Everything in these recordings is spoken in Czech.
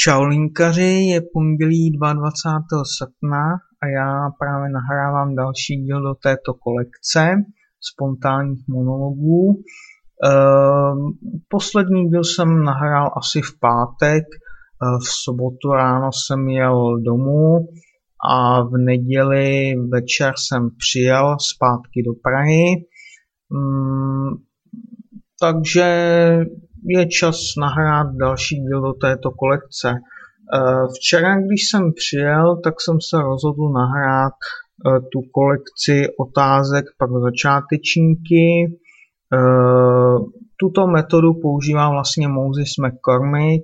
Čau linkaři, je pondělí 22. srpna a já právě nahrávám další díl do této kolekce spontánních monologů. Poslední díl jsem nahrál asi v pátek, v sobotu ráno jsem jel domů a v neděli večer jsem přijel zpátky do Prahy. Takže je čas nahrát další díl do této kolekce. Včera, když jsem přijel, tak jsem se rozhodl nahrát tu kolekci otázek pro začátečníky. Tuto metodu používá vlastně Moses McCormick,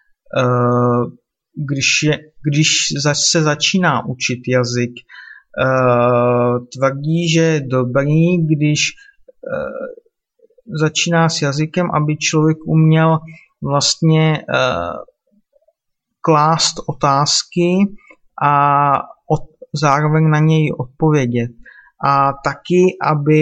když se začíná učit jazyk. Tvrdí, že je dobrý, když začíná s jazykem, aby člověk uměl vlastně klást otázky a zároveň na něj odpovědět. A taky, aby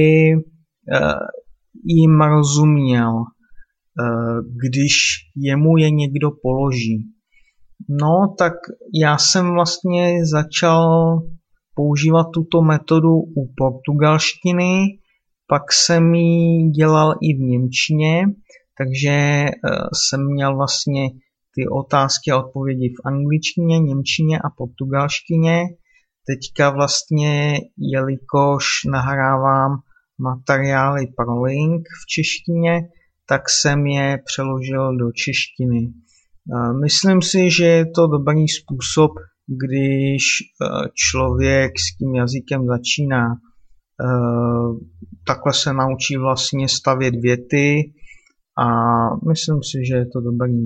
jim rozuměl, když jemu je někdo položí. No, tak já jsem vlastně začal používat tuto metodu u portugalštiny, pak jsem ji dělal i v němčině, takže jsem měl vlastně ty otázky a odpovědi v angličtině, němčině a portugalštině. Teďka vlastně, jelikož nahrávám materiály pro link v češtině, tak jsem je přeložil do češtiny. Myslím si, že je to dobrý způsob, když člověk s tím jazykem začíná. Takhle se naučí vlastně stavět věty a myslím si, že je to dobrý.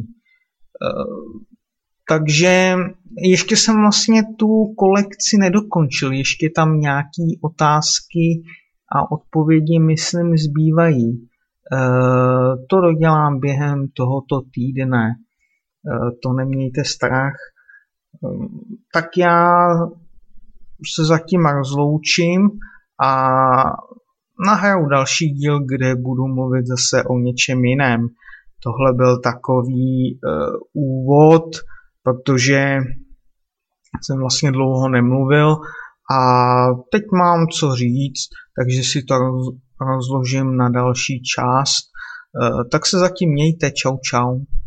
Takže ještě jsem vlastně tu kolekci nedokončil, ještě tam nějaký otázky a odpovědi, myslím, zbývají. To dodělám během tohoto týdne, to nemějte strach. Tak já se zatím rozloučím a nahraju další díl, kde budu mluvit zase o něčem jiném. Tohle byl takový úvod, protože jsem vlastně dlouho nemluvil a teď mám co říct, takže si to rozložím na další část. Tak se zatím mějte, čau čau.